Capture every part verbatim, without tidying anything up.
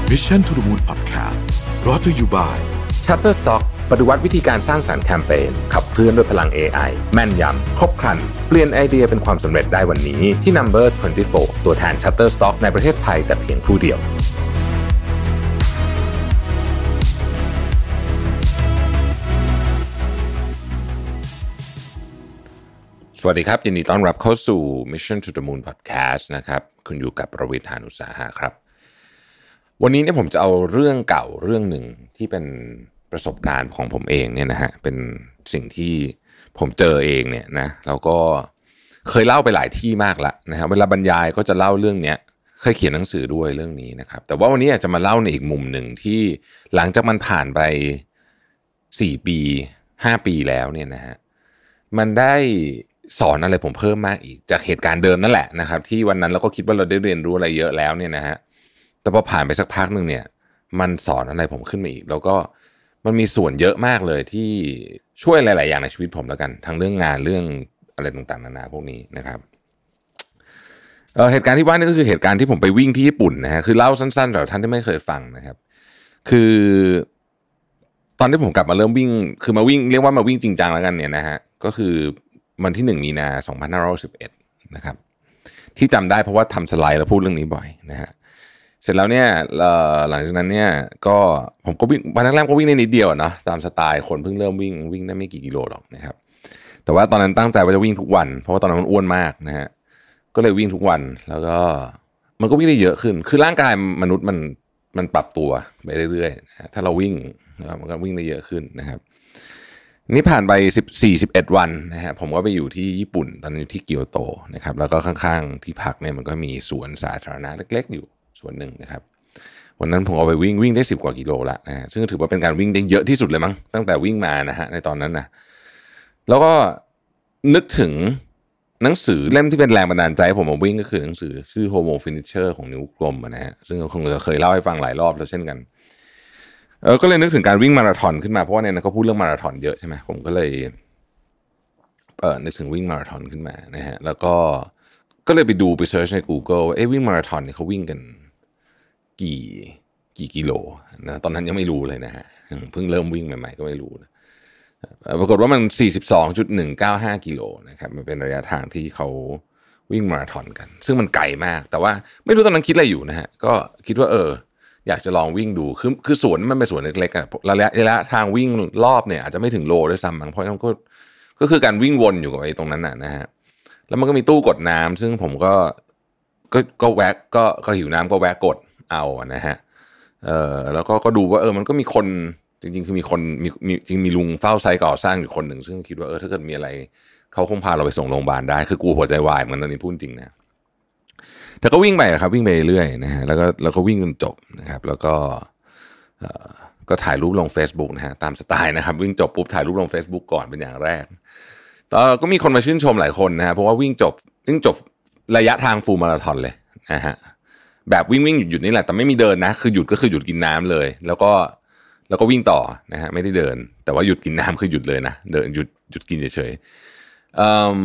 Mission to the Moon Podcast brought to you by Shutterstock ปฏิวัติวิธีการสร้างสรรค์แคมเปญขับเคลื่อนด้วยพลัง เอ ไอ แม่นยำครบครันเปลี่ยนไอเดียเป็นความสำเร็จได้วันนี้ที่ Number ยี่สิบสี่ ตัวแทน Shutterstock ในประเทศไทยแต่เพียงผู้เดียวสวัสดีครับยินดีต้อนรับเข้าสู่ Mission to the Moon Podcast นะครับคุณอยู่กับประวิทย์ หาญอุตสาหะครับวันนี้เนี่ยผมจะเอาเรื่องเก่าเรื่องหนึ่งที่เป็นประสบการณ์ของผมเองเนี่ยนะฮะเป็นสิ่งที่ผมเจอเองเนี่ยนะแล้วก็เคยเล่าไปหลายที่มากละนะฮะเวลาบรรยายก็จะเล่าเรื่องเนี้ยเคยเขียนหนังสือด้วยเรื่องนี้นะครับแต่ว่าวันนี้อยากจะมาเล่าในอีกมุมหนึ่งที่หลังจากมันผ่านไปสี่ปีห้าปีแล้วเนี่ยนะฮะมันได้สอนอะไรผมเพิ่มมากอีกจากเหตุการณ์เดิมนั่นแหละนะครับที่วันนั้นเราก็คิดว่าเราได้เรียนรู้อะไรเยอะแล้วเนี่ยนะฮะแต่พอผ่านไปสักพักนึงเนี่ยมันสอนอะไรผมขึ้นมาอีกแล้วก็มันมีส่วนเยอะมากเลยที่ช่วยหลายๆอย่างในชีวิตผมแล้วกันทั้งเรื่องงานเรื่องอะไรต่างๆนานาพวกนี้นะครับเอ่อเหตุการณ์ที่ว่านี่ก็คือเหตุการณ์ที่ผมไปวิ่งที่ญี่ปุ่นนะฮะคือเล่าสั้นๆสำหรับท่านที่ไม่เคยฟังนะครับคือตอนที่ผมกลับมาเริ่มวิ่งคือมาวิ่งเรียกว่ามาวิ่งจริงจังแล้วกันเนี่ยนะฮะก็คือวันที่หนึ่งมีนาสองพันห้าร้อยสิบเอ็ดนะครับที่จำได้เพราะว่าทำสไลด์แล้วพูดเรื่องนี้บ่อยนะฮะเสร็จแล้วเนี่ยหลังจากนั้นเนี่ยก็ผมก็วิ่งวันแรกๆก็วิ่งได้นิดเดียวเนาะตามสไตล์คนเพิ่งเริ่มวิ่งวิ่งได้ไม่กี่กิโลหรอกนะครับแต่ว่าตอนนั้นตั้งใจว่าจะวิ่งทุกวันเพราะว่าตอนนั้นมันอ้วนมากนะฮะก็เลยวิ่งทุกวันแล้วก็มันก็วิ่งได้เยอะขึ้นคือร่างกายมนุษย์มันมันปรับตัวไปเรื่อยๆนะถ้าเราวิ่งนะครับมันก็วิ่งได้เยอะขึ้นนะครับนี่ผ่านไปสิบสี่ สิบเอ็ดวันนะฮะผมก็ไปอยู่ที่ญี่ปุ่นตอนนี้อยู่ที่เกียวโตนะครับแล้วก็ข้างๆที่พักเนี่ยมันก็มีสวนสาธารณะเล็กๆอยู่ส่วนหนึ่งนะครับวันนั้นผมเอาไปวิ่งวิ่งได้สิบกว่ากิโลละนะฮะซึ่งถือว่าเป็นการวิ่งได้เยอะที่สุดเลยมั้งตั้งแต่วิ่งมานะฮะในตอนนั้นนะแล้วก็นึกถึงหนังสือเล่มที่เป็นแรงบันดาลใจผมมาวิ่งก็คือหนังสือชื่อ Homo Finisher ของนิ้วกลมนะฮะซึ่งคงจะเคยเล่าให้ฟังหลายรอบแล้วเช่นกันเออก็เลยนึกถึงการวิ่งมาราธอนขึ้นมาเพราะว่าเนี่ยเขาพูดเรื่องมาราธอนเยอะใช่ไหมผมก็เลยเออนึกถึงวิ่งมาราธอนขึ้นมานะฮะแล้วก็ก็เลยไปดูไปเซิร์ชใน Google ว่าเอ๊ะวิ่งมาราธอนเนี่ยเขาวิ่งกันกี่กี่กิโลนะตอนนั้นยังไม่รู้เลยนะฮะเพิ่งเริ่มวิ่งใหม่ๆก็ไม่รู้นะปรากฏว่ามัน สี่สิบสองจุดหนึ่งเก้าห้า กิโลนะครับมันเป็นระยะทางที่เขาวิ่งมาราธอนกันซึ่งมันไกลมากแต่ว่าไม่รู้ตอนนั้นคิดอะไรอยู่นะฮะก็คิดว่าเอออยากจะลองวิ่งดูคือคือสวนมันเป็นสวนเล็กๆอ่ะระยะระยะทางวิ่งรอบเนี่ยอาจจะไม่ถึงโลด้วยซ้ำมั้งเพราะมันก็ก็คือการวิ่งวนอยู่กับไอ้ตรงนั้นน่ะนะฮะแล้วมันก็มีตู้กดน้ำซึ่งผมก็ก็ก็แวะก็ก็หิวน้ำก็แวะกดเอานะฮะเออแล้วก็ก็ดูว่าเออมันก็มีคนจริงๆคือมีคนมีมีจริงมีลุงเฝ้าไซต์ก่อสร้างอยู่คนหนึ่งซึ่งคิดว่าเออถ้าเกิดมีอะไรเขาคงพาเราไปส่งโรงพยาบาลได้คือกูหัวใจวายเหมือนกันนี่พูดจริงนะแต่ก็วิ่งไปครับวิ่งไปเรื่อยนะฮะแล้วก็แล้วก็วิ่งจนจบนะครับแล้วก็เอ่อก็ถ่ายรูปลง Facebook นะฮะตามสไตล์นะครับวิ่งจบปุ๊บถ่ายรูปลง Facebook ก่อนเป็นอย่างแรกต่อก็มีคนมาชื่นชมหลายคนนะฮะเพราะว่าวิ่งจบวิ่งจบระยะทางฟูลมาราธอนเลยนะฮะแบบวิ่งวิ่งหยุดหยุดนี่แหละแต่ไม่มีเดินนะคือหยุดก็คือหยุดกินน้ำเลยแล้วก็แล้วก็วิ่งต่อนะฮะไม่ได้เดินแต่ว่าหยุดกินน้ำคือหยุดเลยนะเดินหยุดหยุดกินเฉยๆเอ่อ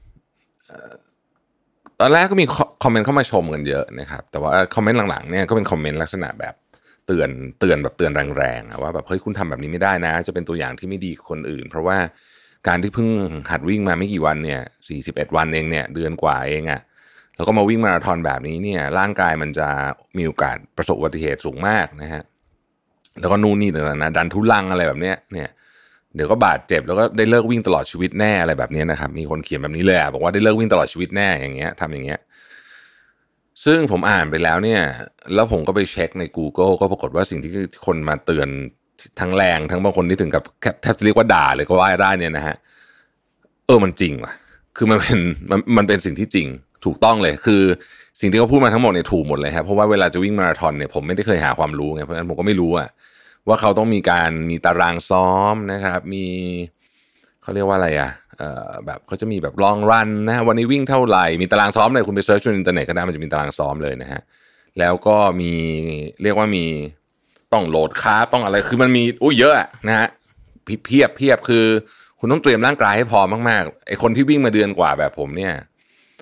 ตอนแรกก็มีคอมเมนต์เข้ามาชมกันเยอะนะครับแต่ว่าคอมเมนต์หลังๆเนี่ยก็เป็นคอมเมนต์ลักษณะแบบเตือนเตือนแบบเตือนแรงๆว่าแบบเฮ้ยคุณทำแบบนี้ไม่ได้นะจะเป็นตัวอย่างที่ไม่ดีคนอื่นเพราะว่าการที่เพิ่งหัดวิ่งมาไม่กี่วันเนี่ยสี่สิบเอ็ดวันเองเนี่ยเดือนกว่าเองอ่ะแล้วก็มาวิ่งมาราธอนแบบนี้เนี่ยร่างกายมันจะมีโอกาสประสบอุบัติเหตุสูงมากนะฮะแล้วก็นู่นนี่ต่างๆนะดันทุลังอะไรแบบเนี้ยเนี่ยเดี๋ยวก็บาดเจ็บแล้วก็ได้เลิกวิ่งตลอดชีวิตแน่อะไรแบบนี้นะครับมีคนเขียนแบบนี้เลยอ่ะบอกว่าได้เลิกวิ่งตลอดชีวิตแน่อย่างเงี้ยทำอย่างเงี้ยซึ่งผมอ่านไปแล้วเนี่ยแล้วผมก็ไปเช็คใน Google ก็ปรากฏว่าสิ่งที่คนมาเตือนทั้งแรงทั้งบางคนที่ถึงกับแทบจะเรียกว่าด่าเลยก็ว่าได้เนี่ยนะฮะเออมันจริงว่ะคือมันเป็นมันมันเป็นสิ่งที่จริงถูกต้องเลยคือสิ่งที่เขาพูดมาทั้งหมดเนี่ยถูกหมดเลยครับเพราะว่าเวลาจะวิ่งมาราธอนเนี่ยผมไม่ได้เคยหาความรู้ไงเพราะฉะนั้นผมก็ไม่รู้อะว่าเขาต้องมีการมีตารางซ้อมนะครับมีเขาเรียกว่าอะไรอ่ะเอ่อแบบเขาจะมีแบบลองรันนะวันนี้วิ่งเท่าไหร่มีตารางซ้อมเลยคุณไปเซิร์ชในอินเทอร์เน็ตก็ได้มันจะมีตารางซ้อมเลยนะฮะแล้วก็มีเรียกว่ามีต้องโหลดคาร์บต้องอะไรคือมันมีอุ้ยเยอะนะฮะเพียบเพียบคือคุณต้องเตรียมร่างกายให้พร้อมมากๆไอ้คนที่วิ่งมาเดือนกว่าแบบผมเนี่ย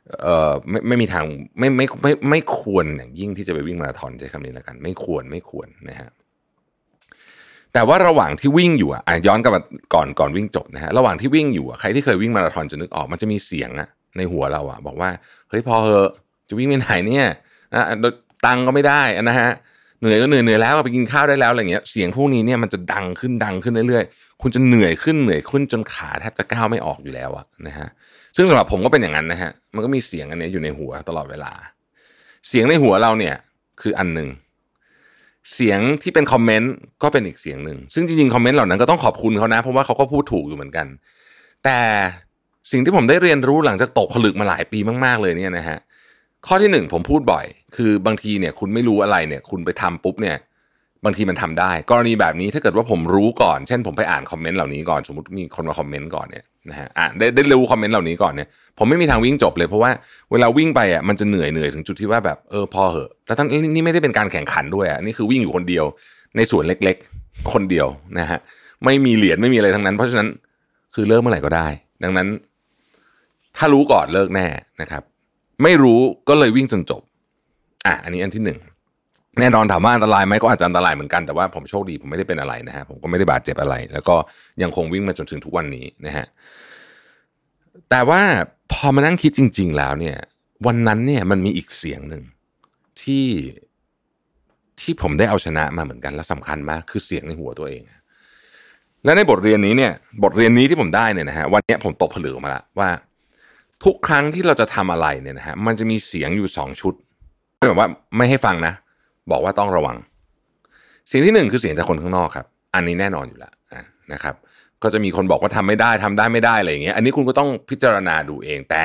เอ่อไม่ไม่มีทางไม่ไม่ไม่ไม่ควรอย่างยิ่งที่จะไปวิ่งมาราธอนใช้คำนี้แล้วกันไม่ควรไม่ควรนะฮะแต่ว่าระหว่างที่วิ่งอยู่อ่ะย้อนกลับมาก่อนก่อนวิ่งจบนะฮะระหว่างที่วิ่งอยู่อ่ะใครที่เคยวิ่งมาราธอนจะนึกออกมันจะมีเสียงอ่ะในหัวเราอ่ะบอกว่าเฮ้ยพอเหอะจะวิ่งไปไหนเนี่ยนะตังก็ไม่ได้นะฮะเหนื่อยก็เหนื่อยเหนื่อยแล้วไปกินข้าวได้แล้วอะไรเงี้ยเสียงพวกนี้เนี่ยมันจะดังขึ้นดังขึ้นเรื่อยๆคุณจะเหนื่อยขึ้นเหนื่อยขึ้นจนขาแทบจะก้าวไม่ออกอยู่แล้วอ่ะนะฮะซึ่งสำหรับผมก็เป็นอย่างนั้นนะฮะมันก็มีเสียงอันนี้อยู่ในหัวตลอดเวลาเสียงในหัวเราเนี่ยคืออันนึงเสียงที่เป็นคอมเมนต์ก็เป็นอีกเสียงหนึ่งซึ่งจริงๆคอมเมนต์เหล่านั้นก็ต้องขอบคุณเขานะเพราะว่าเขาก็พูดถูกอยู่เหมือนกันแต่สิ่งที่ผมได้เรียนรู้หลังจากตกผลึกมาหลายปีมากๆเลยเนี่ยนะฮะข้อที่หนึ่งผมพูดบ่อยคือบางทีเนี่ยคุณไม่รู้อะไรเนี่ยคุณไปทำปุ๊บเนี่ยบางทีมันทำได้กรณีแบบนี้ถ้าเกิดว่าผมรู้ก่อนเช่นผมไปอ่านคอมเมนต์เหล่านี้ก่อนสมมติมีคนมาคอมเมนต์ก่อนเนี่ยนะฮะอ่านได้ได้รู้คอมเมนต์เหล่านี้ก่อนเนี่ยผมไม่มีทางวิ่งจบเลยเพราะว่าเวลาวิ่งไปอ่ะมันจะเหนื่อยเหนื่อยถึงจุดที่ว่าแบบเออพอเหอะแล้วทั้งนี่ไม่ได้เป็นการแข่งขันด้วยอ่ะนี่คือวิ่งอยู่คนเดียวในสวนเล็กๆคนเดียวนะฮะไม่มีเหรียญไม่มีอะไรทั้งนั้นเพราะฉะนั้นคือเลิกเมื่อไหร่ก็ได้ดังนั้นถ้ารู้ก่อนเลิกแน่นะครับไม่รู้ก็เลยวิ่งจนจบอ่ะอันนี้อันที่หนึ่งแน่นอนถามว่าอันตรายไหมก็อาจจะอันตรายเหมือนกันแต่ว่าผมโชคดีผมไม่ได้เป็นอะไรนะฮะผมก็ไม่ได้บาดเจ็บอะไรแล้วก็ยังคงวิ่งมาจนถึงทุกวันนี้นะฮะแต่ว่าพอมานั่งคิดจริงๆแล้วเนี่ยวันนั้นเนี่ยมันมีอีกเสียงหนึ่งที่ที่ผมได้เอาชนะมาเหมือนกันและสำคัญมากคือเสียงในหัวตัวเองและในบทเรียนนี้เนี่ยบทเรียนนี้ที่ผมได้เนี่ยนะฮะวันนี้ผมตกผลึกออกมาแล้วว่าทุกครั้งที่เราจะทำอะไรเนี่ยนะฮะมันจะมีเสียงอยู่สองชุดไม่แบบว่าไม่ให้ฟังนะบอกว่าต้องระวังเสียงที่หนึ่งคือเสียงจากคนข้างนอกครับอันนี้แน่นอนอยู่แล้วนะครับก็จะมีคนบอกว่าทำไม่ได้ทำได้ไม่ได้อะไรอย่างเงี้ยอันนี้คุณก็ต้องพิจารณาดูเองแต่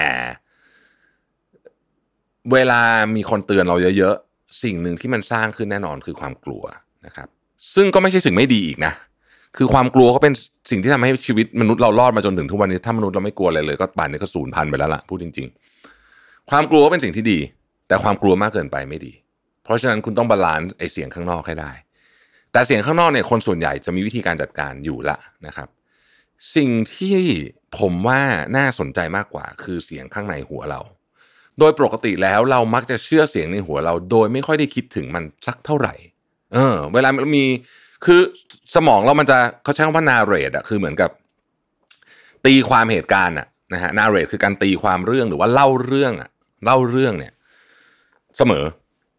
เวลามีคนเตือนเราเยอะๆสิ่งหนึ่งที่มันสร้างขึ้นแน่นอนคือความกลัวนะครับซึ่งก็ไม่ใช่สิ่งไม่ดีอีกนะคือความกลัวก็เป็นสิ่งที่ทำให้ชีวิตมนุษย์เรารอดมาจนถึงทุกวันนี้ถ้ามนุษย์เราไม่กลัวอะไรเลยก็ป่านนี้ก็สูญพันธุ์ไปแล้วล่ะพูดจริงๆความกลัวก็เป็นสิ่งที่ดีแต่ความกลัวมากเกินไปไม่ดีเพราะฉะนั้นคุณต้องบาลานซ์ไอ้เสียงข้างนอกให้ได้แต่เสียงข้างนอกเนี่ยคนส่วนใหญ่จะมีวิธีการจัดการอยู่ละนะครับสิ่งที่ผมว่าน่าสนใจมากกว่าคือเสียงข้างในหัวเราโดยปกติแล้วเรามักจะเชื่อเสียงในหัวเราโดยไม่ค่อยได้คิดถึงมันสักเท่าไหร่เออเวลามันมีคือสมองเรามันจะเขาใช้คำว่า narrate อ่ะคือเหมือนกับตีความเหตุการณ์อ่ะนะฮะ narrate คือการตีความเรื่องหรือว่าเล่าเรื่องอ่ะเล่าเรื่องเนี่ยเสมอ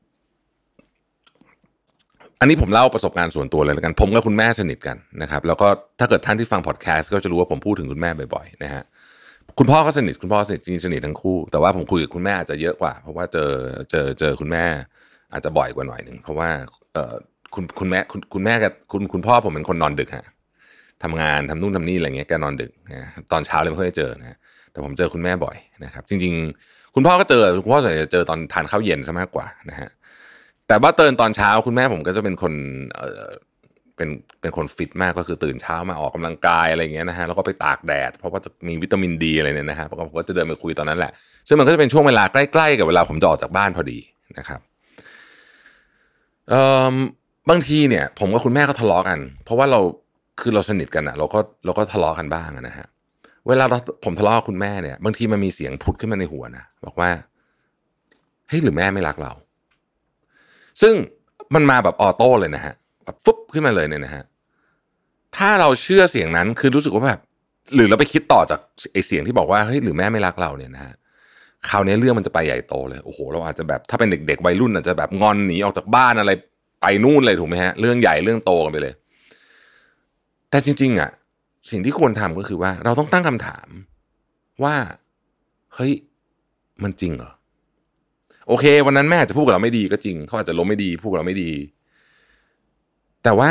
อันนี้ผมเล่าประสบการณ์ส่วนตัวเลยแล้วกันผมกับคุณแม่สนิทกันนะครับแล้วก็ถ้าเกิดท่านที่ฟังพอดแคสต์ก็จะรู้ว่าผมพูดถึงคุณแม่บ่อยๆนะฮะคุณพ่อก็สนิทคุณพ่อสนิทจริงสนิททั้งคู่แต่ว่าผมคุยกับคุณแม่อาจจะเยอะกว่าเพราะว่าเจอเจอเจอคุณแม่อาจจะบ่อยกว่าหน่อยนึงเพราะว่าเอ่อคุณคุณแม่คุณคุณแม่กับคุณคุณพ่อผมเป็นคนนอนดึกฮะทำงานทำนู่นทำนี่อะไรเงี้ยแกนอนดึกนะตอนเช้าเลยไม่ค่อยได้เจอนะแต่ผมเจอคุณแม่บ่อยนะครับจริงๆคุณพ่อก็เจอคุณพ่อส่วนใหญ่จะเจอตอนทานข้าวเย็นซะมากกว่านะฮะแต่ว่าตื่นตอนเช้าคุณแม่ผมก็จะเป็นคนเอ่อเป็นเป็นคนฟิตมากก็คือตื่นเช้ามาออกกำลังกายอะไรอย่างเงี้ยนะฮะแล้วก็ไปตากแดดเพราะว่าจะมีวิตามินดีอะไรเนี่ยนะฮะผมก็จะเดินไปคุยตอนนั้นแหละซึ่งมันก็จะเป็นช่วงเวลาใกล้ๆกับเวลาผมจะออกจากบ้านพอดีนะครับเอ่อบางทีเนี่ยผมกับคุณแม่ก็ทะเลาะกันเพราะว่าเราคือเราสนิทกันอะเราก็เราก็ทะเลาะกันบ้างนะฮะเวลาเราผมทะเลาะกับคุณแม่เนี่ยบางทีมันมีเสียงพุดขึ้นมาในหัวนะบอกว่าเฮ้ยหรือแม่ไม่รักเราซึ่งมันมาแบบออโต้เลยนะฮะแบบฟึบขึ้นมาเลยเนี่ยนะฮะถ้าเราเชื่อเสียงนั้นคือรู้สึกว่าแบบหรือเราไปคิดต่อจากไอ้เสียงที่บอกว่าเฮ้ยหรือแม่ไม่รักเราเนี่ยนะฮะคราวนี้เรื่องมันจะไปใหญ่โตเลยโอ้โหเราอาจจะแบบถ้าเป็นเด็กๆวัยรุ่นอาจจะแบบงอนหนีออกจากบ้านอะไรไปนู่นเลยถูกไหมฮะเรื่องใหญ่เรื่องโตกันไปเลยแต่จริงๆอ่ะสิ่งที่ควรทำก็คือว่าเราต้องตั้งคำถามว่าเฮ้ยมันจริงเหรอโอเควันนั้นแม่อาจจะพูดกับเราไม่ดีก็จริงเขาอาจจะล้มไม่ดีพูดกับเราไม่ดีแต่ว่า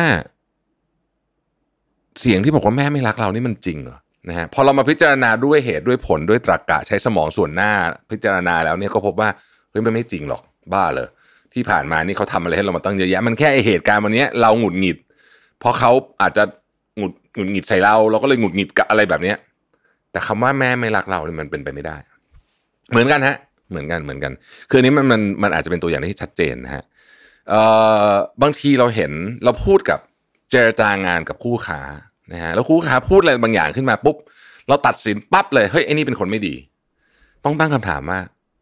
เสียงที่บอกว่าแม่ไม่รักเรานี่มันจริงเหรอนะฮะพอเรามาพิจารณาด้วยเหตุด้วยผลด้วยตรรกะใช้สมองส่วนหน้าพิจารณาแล้วเนี่ยก็พบว่าเฮ้ยมันไม่จริงหรอกบ้าเลยที่ผ่านมานี่เขาทำอะไรให้เรามาตั้งเยอะแยะมันแค่เหตุการณ์วันนี้เราหงุดหงิดเพราะเขาอาจจะหงุดหงุดหงิดใส่เราเราก็เลยหงุดหงิดกับอะไรแบบนี้แต่คำว่าแม่ไม่รักเราเนี่ยมันเป็นไปไม่ได้เหมือนกันฮะเหมือนกันเหมือนกันคืออันนี้มันมันมันอาจจะเป็นตัวอย่างที่ชัดเจนนะฮะเอ่อบางทีเราเห็นเราพูดกับเจรจางานกับคู่ค้านะฮะแล้วคู่ค้าพูดอะไรบางอย่างขึ้นมาปุ๊บเราตัดสินปั๊บเลยเฮ้ยไอ้นี่เป็นคนไม่ดีต้องตั้งคำถามว่า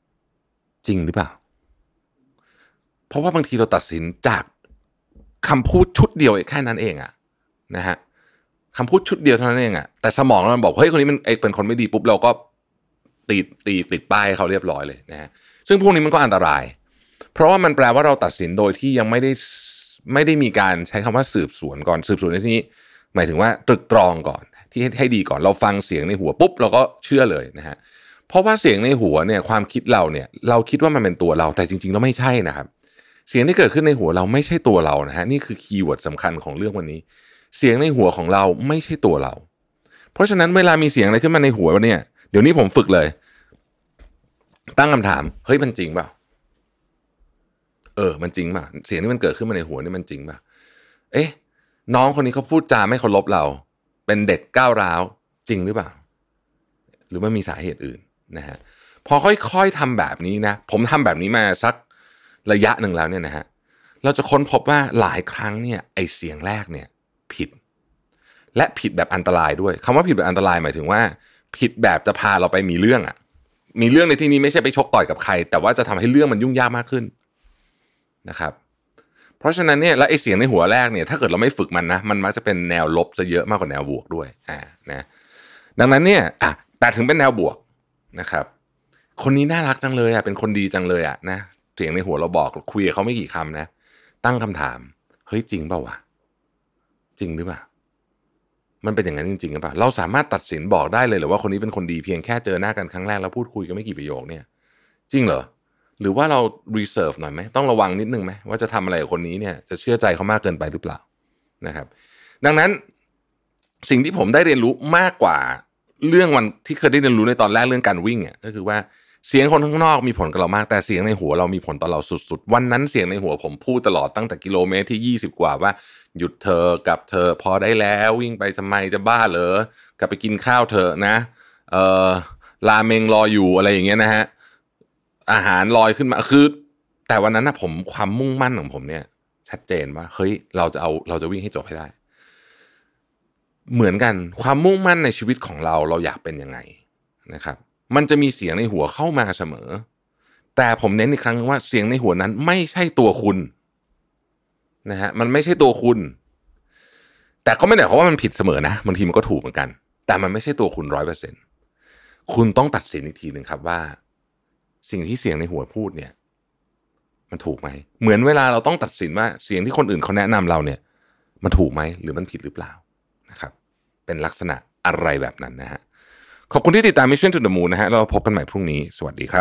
จริงหรือเปล่าเพราะว่าบางทีเราตัดสินจากคำพูดชุดเดียวแค่นั้นเองอะนะฮะคำพูดชุดเดียวเท่านั้นเองอะแต่สมองเราบอกเฮ้ยคนนี้มันเป็นคนไม่ดีปุ๊บเราก็ตีตีติดป้ายเขาเรียบร้อยเลยนะฮะซึ่งพวกนี้มันก็อันตรายเพราะว่ามันแปลว่าเราตัดสินโดยที่ยังไม่ได้ไม่ได้มีการใช้คำว่าสืบสวนก่อนสืบสวนในที่นี้หมายถึงว่าตรึกตรองก่อนที่ให้ให้ดีก่อนเราฟังเสียงในหัวปุ๊บเราก็เชื่อเลยนะฮะเพราะว่าเสียงในหัวเนี่ยความคิดเราเนี่ยเราคิดว่ามันเป็นตัวเราแต่จริงๆแล้วไม่ใช่นะครับเสียงที่เกิดขึ้นในหัวเราไม่ใช่ตัวเรานะฮะนี่คือคีย์เวิร์ดสำคัญของเรื่องวันนี้เสียงในหัวของเราไม่ใช่ตัวเราเพราะฉะนั้นเวลามีเสียงอะไรขึ้นมาในหัวเนี่ยเดี๋ยวนี้ผมฝึกเลยตั้งคำถามเฮ้ยมันจริงเปล่าเออมันจริงป่ะเสียงที่มันเกิดขึ้นมาในหัวนี่มันจริงป่ะเอ๊ะน้องคนนี้เขาพูดจาไม่เคารพเราเป็นเด็กก้าวร้าวจริงหรือเปล่าหรือว่ามีสาเหตุอื่นนะฮะพอค่อยๆทำแบบนี้นะผมทำแบบนี้มาสักระยะหนึ่งแล้วเนี่ยนะฮะเราจะค้นพบว่าหลายครั้งเนี่ยไอเสียงแรกเนี่ยผิดและผิดแบบอันตรายด้วยคำว่าผิดแบบอันตรายหมายถึงว่าผิดแบบจะพาเราไปมีเรื่องอ่ะมีเรื่องในที่นี้ไม่ใช่ไปชกต่อยกับใครแต่ว่าจะทำให้เรื่องมันยุ่งยากมากขึ้นนะครับเพราะฉะนั้นเนี่ยแล้วไอ้เสียงในหัวแรกเนี่ยถ้าเกิดเราไม่ฝึกมันนะมันมักจะเป็นแนวลบซะเยอะมากกว่าแนวบวกด้วยอ่านะดังนั้นเนี่ยอ่ะแต่ถึงเป็นแนวบวกนะครับคนนี้น่ารักจังเลยอ่ะเป็นคนดีจังเลยอ่ะนะเสียงในหัวเราบอกคุยกับเขาไม่กี่คำนะตั้งคำถามเฮ้ยจริงเปล่าวะจริงหรือเปล่ามันเป็นอย่างนั้นจริงๆหรือเปล่าเราสามารถตัดสินบอกได้เลยหรือว่าคนนี้เป็นคนดีเพียงแค่เจอหน้ากันครั้งแรกแล้วพูดคุยกันไม่กี่ประโยคเนี่ยจริงเหรอหรือว่าเรา reserve หน่อยไหมต้องระวังนิดนึงไหมว่าจะทำอะไรกับคนนี้เนี่ยจะเชื่อใจเขามากเกินไปหรือเปล่านะครับดังนั้นสิ่งที่ผมได้เรียนรู้มากกว่าเรื่องวันที่เคยได้เรียนรู้ในตอนแรกเรื่องการวิ่งเนี่ยก็คือว่าเสียงคนข้างนอกมีผลกับเรามากแต่เสียงในหัวเรามีผลต่อเราสุดๆวันนั้นเสียงในหัวผมพูดตลอดตั้งแต่กิโลเมตรที่ยี่สิบกว่าว่าหยุดเธอกับเธอพอได้แล้ววิ่งไปทำไมจะบ้าเหรอกลับไปกินข้าวเธอนะเอ่อราเมงรออยู่อะไรอย่างเงี้ยนะฮะอาหารลอยขึ้นมาคือแต่วันนั้นนะผมความมุ่งมั่นของผมเนี่ยชัดเจนว่าเฮ้ยเราจะเอาเราจะวิ่งให้จบให้ได้เหมือนกันความมุ่งมั่นในชีวิตของเราเราอยากเป็นยังไงนะครับมันจะมีเสียงในหัวเข้ามาเสมอแต่ผมเน้นอีกครั้งว่าเสียงในหัวนั้นไม่ใช่ตัวคุณนะฮะมันไม่ใช่ตัวคุณแต่ก็ไม่ได้เพราะว่ามันผิดเสมอนะบางทีมันก็ถูกเหมือนกันแต่มันไม่ใช่ตัวคุณ ร้อยเปอร์เซ็นต์ คุณต้องตัดสินอีกทีนึงครับว่าสิ่งที่เสียงในหัวพูดเนี่ยมันถูกไหมเหมือนเวลาเราต้องตัดสินว่าเสียงที่คนอื่นเขาแนะนำเราเนี่ยมันถูกไหมหรือมันผิดหรือเปล่านะครับเป็นลักษณะอะไรแบบนั้นนะฮะขอบคุณที่ติดตาม Mission to the Moon นะฮะเราพบกันใหม่พรุ่งนี้สวัสดีครับ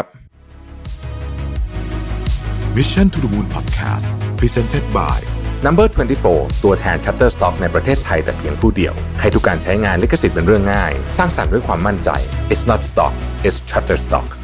Mission to the Moon Podcast Presented by Number ยี่สิบสี่ ตัวแทน Shutterstock ในประเทศไทยแต่เพียงผู้เดียวให้ทุกการใช้งานลิขสิทธิ์เป็นเรื่องง่ายสร้างสรรค์ด้วยความมั่นใจ It's not stock, it's Shutterstock